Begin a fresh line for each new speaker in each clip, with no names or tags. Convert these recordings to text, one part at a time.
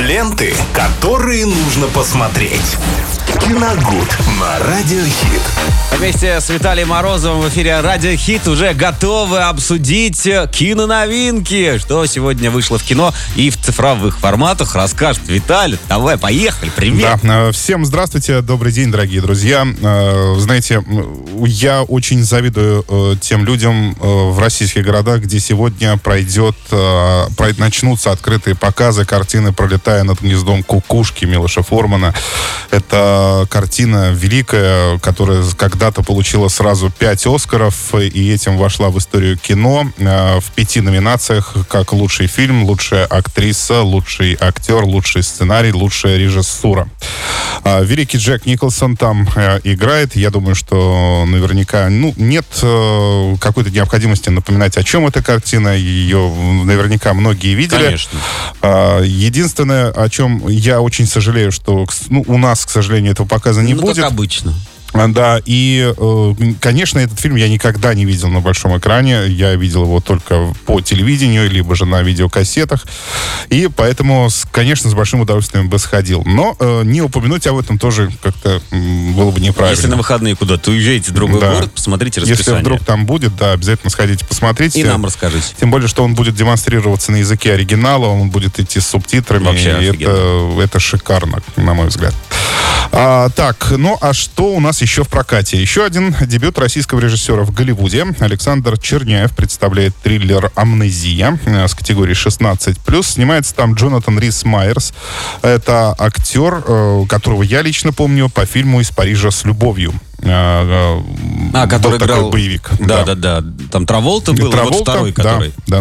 Ленты, которые нужно посмотреть. Киногуд на Радиохит.
Вместе с Виталием Морозовым в эфире Радиохит уже готовы обсудить киноновинки, что сегодня вышло в кино и в цифровых форматах. Расскажет Виталий. Давай, поехали. Привет.
Да, всем здравствуйте, добрый день, дорогие друзья. Знаете, я очень завидую тем людям в российских городах, где сегодня начнутся открытые показы картины «Пролетая над гнездом кукушки» Милоша Формана. Это картина великая, которая когда-то получила сразу 5 «Оскаров» и этим вошла в историю кино в 5 номинациях, как лучший фильм, лучшая актриса, лучший актер, лучший сценарий, лучшая режиссура. Великий Джек Николсон там играет. Я думаю, что наверняка нет какой-то необходимости напоминать, о чем эта картина. Ее наверняка многие видели.
Конечно.
Единственное, о чем я очень сожалею, что у нас, к сожалению, этого показа не будет.
Как обычно.
Да, и, конечно, этот фильм я никогда не видел на большом экране. Я видел его только по телевидению, либо же на видеокассетах. И поэтому, конечно, с большим удовольствием бы сходил. Но не упомянуть об этом тоже как-то было бы неправильно.
Если на выходные куда-то уезжаете в другой город, посмотрите расписание.
Если вдруг там будет, да, обязательно сходите, посмотрите.
И нам расскажите.
Тем более, что он будет демонстрироваться на языке оригинала, он будет идти с субтитрами.
Вообще
это шикарно, на мой взгляд. Так, а что у нас еще в прокате? Еще один дебют российского режиссера в Голливуде. Александр Черняев представляет триллер «Амнезия» с категории 16+. Снимается там Джонатан Рис Майерс. Это актер, которого я лично помню по фильму «Из Парижа с любовью».
Который
был
играл...
такой боевик.
Да. Там Траволта был, вот второй, который...
Да.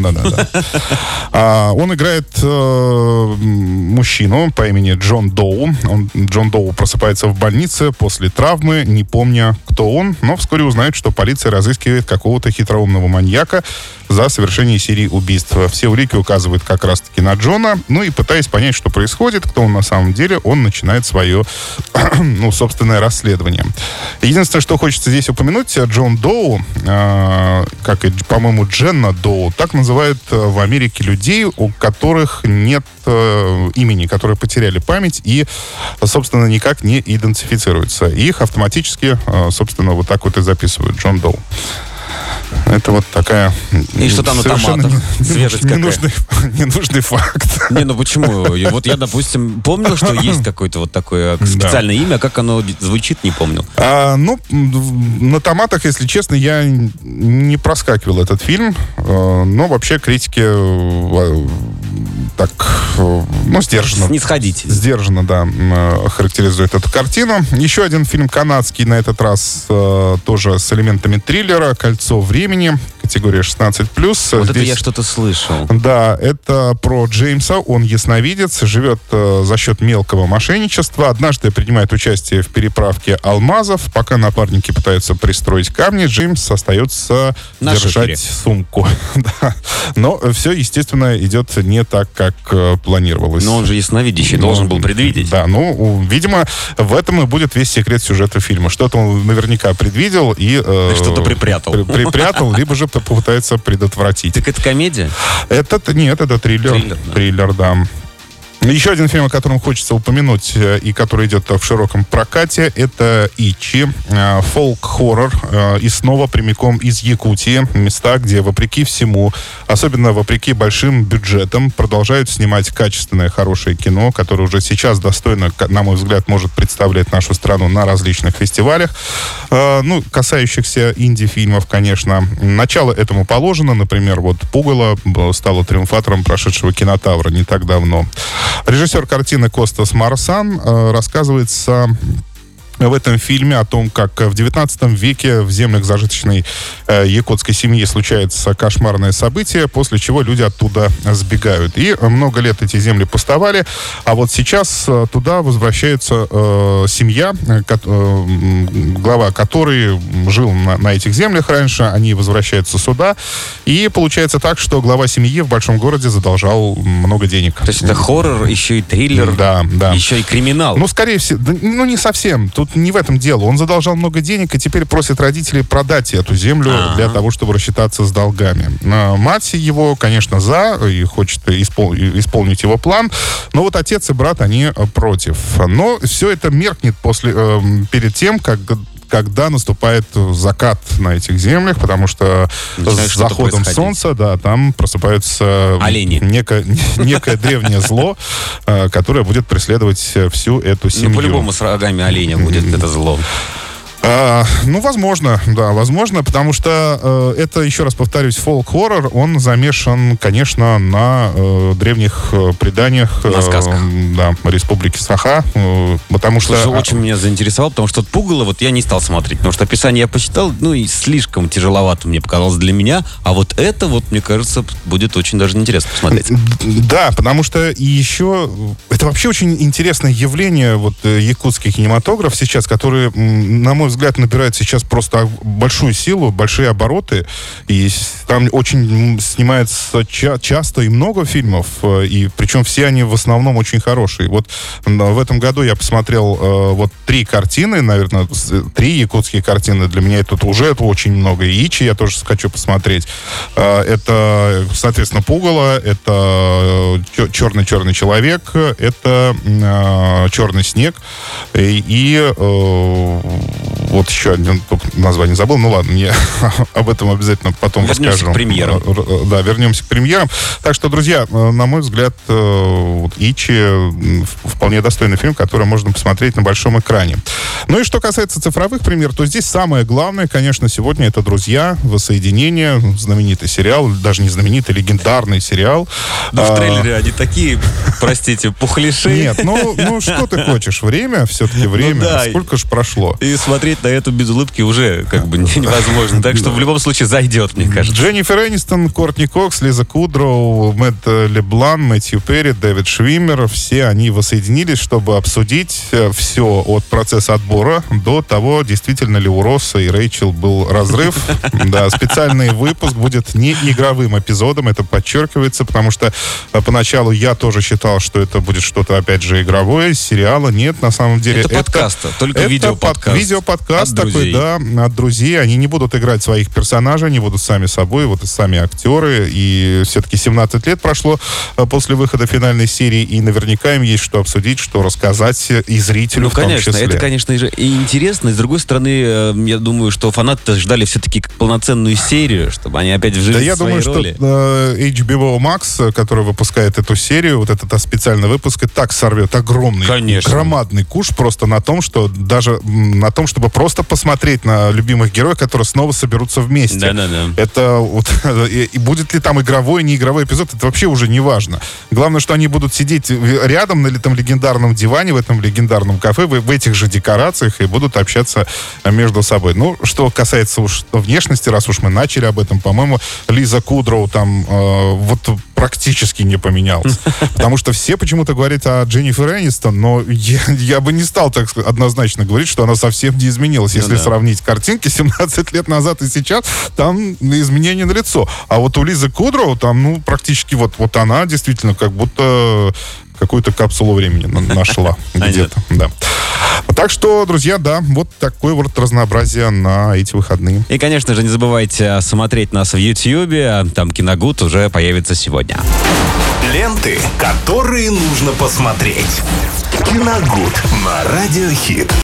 Он играет мужчину по имени Джон Доу. Джон Доу просыпается в больнице после травмы, не помня, кто он, но вскоре узнает, что полиция разыскивает какого-то хитроумного маньяка за совершение серии убийств. Все улики указывают как раз-таки на Джона. И пытаясь понять, что происходит, кто он на самом деле, он начинает свое, собственное расследование. Единственное, что хочется здесь упомянуть, Джон Доу, как и, по-моему, Дженна Доу, так называют в Америке людей, у которых нет имени, которые потеряли память и, собственно, никак не идентифицируются. Их автоматически, собственно, вот так вот и записывают. Джон Доу. Это вот такая...
И что там на томатах? Свежесть какая?
Ненужный факт.
Почему? Вот я, допустим, помнил, что есть какое-то вот такое специальное имя, как оно звучит, не помнил.
На томатах, если честно, я не проскакивал этот фильм, но вообще критики сдержанно.
Снисходите.
Сдержанно, да, характеризует эту картину. Еще один фильм канадский, на этот раз тоже с элементами триллера, «Кольцо времени», категория 16+.
Вот
здесь,
это я что-то слышал.
Да, это про Джеймса. Он ясновидец, живет за счет мелкого мошенничества. Однажды принимает участие в переправке алмазов. Пока напарники пытаются пристроить камни, Джеймс остается держать сумку. Да. Но все, естественно, идет не так, как планировалось.
Но он же ясновидящий, должен был предвидеть.
Да, видимо, в этом и будет весь секрет сюжета фильма. Что-то он наверняка предвидел и...
что-то припрятал.
Припрятал, либо же попытается предотвратить.
Так это комедия?
Нет, это триллер. Триллер, да. Еще один фильм, о котором хочется упомянуть и который идет в широком прокате, это «Ичи», фолк-хоррор, и снова прямиком из Якутии. Места, где, вопреки всему, особенно вопреки большим бюджетам, продолжают снимать качественное, хорошее кино, которое уже сейчас достойно, на мой взгляд, может представлять нашу страну на различных фестивалях. Касающихся инди-фильмов, конечно. Начало этому положено. Например, «Пугало» стало триумфатором прошедшего «Кинотавра» не так давно. Режиссер картины Костас Марсан рассказывается в этом фильме о том, как в 19 веке в землях зажиточной якутской семьи случается кошмарное событие, после чего люди оттуда сбегают. И много лет эти земли пустовали, а вот сейчас туда возвращается семья, глава которой жил на этих землях раньше, они возвращаются сюда, и получается так, что глава семьи в большом городе задолжал много денег.
То есть это хоррор, еще и триллер,
да.
еще и криминал.
Скорее всего, не совсем. Тут тут не в этом дело. Он задолжал много денег и теперь просит родителей продать эту землю для того, чтобы рассчитаться с долгами. Мать его, конечно, за и хочет исполнить его план, но вот отец и брат, они против. Но все это меркнет перед тем, когда наступает закат на этих землях, потому что с заходом солнца, там просыпаются
олени.
Некое древнее зло, которое будет преследовать всю эту семью.
Ну, по-любому с рогами оленя будет это зло.
Возможно, потому что это, еще раз повторюсь, фолк-хоррор, он замешан, конечно, на древних преданиях.
На сказках.
Республики Саха, потому что...
Слушай, очень меня заинтересовало, потому что пугало я не стал смотреть, потому что описание я почитал, и слишком тяжеловато мне показалось для меня, а вот это, мне кажется, будет очень даже интересно посмотреть.
Да, потому что и еще... Это вообще очень интересное явление, якутский кинематограф сейчас, который, на мой взгляд, набирает сейчас просто большую силу, большие обороты, и там очень снимается часто и много фильмов, и причем все они в основном очень хорошие. В этом году я посмотрел 3 картины, наверное, 3 якутские картины. Для меня это очень много. И Ичи я тоже хочу посмотреть. Это, соответственно, «Пугало», это «Черный человек», это «Черный снег», и еще один название забыл. Ну ладно, я об этом обязательно потом расскажу.
Вернемся к премьерам.
Да, вернемся к премьерам. Так что, друзья, на мой взгляд, Ичи вполне достойный фильм, который можно посмотреть на большом экране. Ну и что касается цифровых премьер, то здесь самое главное, конечно, сегодня это «Друзья», «Воссоединение», знаменитый сериал, даже не знаменитый, легендарный сериал.
Да в трейлере они такие, простите, пухляши.
Нет, что ты хочешь? Время, все-таки время. Сколько ж прошло?
И смотреть на эту без улыбки уже невозможно. Так что в любом случае зайдет, мне кажется.
Дженнифер Энистон, Кортни Кокс, Лиза Кудроу, Мэтт Леблан, Мэтью Перри, Дэвид Швиммер. Все они воссоединились, чтобы обсудить все от процесса отбора до того, действительно ли у Росса и Рэйчел был разрыв. Да, специальный выпуск будет не игровым эпизодом, это подчеркивается, потому что поначалу я тоже считал, что это будет что-то, опять же, игровое, сериала. Нет, на самом деле...
Это подкаст, только видеоподкаст.
Видеоподкаст такой, от друзей. Они не будут играть своих персонажей, они будут сами собой, и сами актеры. И все-таки 17 лет прошло после выхода финальной серии, и наверняка им есть что обсудить, что рассказать и зрителю в том числе.
Это, конечно, и интересно. И с другой стороны, я думаю, что фанаты ждали все-таки полноценную серию, чтобы они опять вжились в свои роли.
Да, я думаю, что HBO Max, который выпускает эту серию, этот специальный выпуск, и так сорвет огромный, громадный куш просто на том, чтобы просто посмотреть на любимых героев, которые снова соберутся вместе.
Да.
Это и будет ли там игровой, не игровой эпизод, это вообще уже не важно. Главное, что они будут сидеть рядом на этом легендарном диване, в этом легендарном кафе, в этих же декорациях и будут общаться между собой. Ну, что касается внешности, раз уж мы начали об этом, по-моему, Лиза Кудроу там практически не поменялась. Потому что все почему-то говорят о Дженнифер Энистон, но я бы не стал так однозначно говорить, что она совсем не изменилась. Если сравнить картинки 17 лет назад и сейчас, там изменения налицо. А у Лизы Кудроу там, практически она действительно как будто какую-то капсулу времени нашла где-то. Да. Так что, друзья, такое разнообразие на эти выходные.
И, конечно же, не забывайте смотреть нас в Ютьюбе. Там Киногуд уже появится сегодня.
Ленты, которые нужно посмотреть. Киногуд на Радио Хит.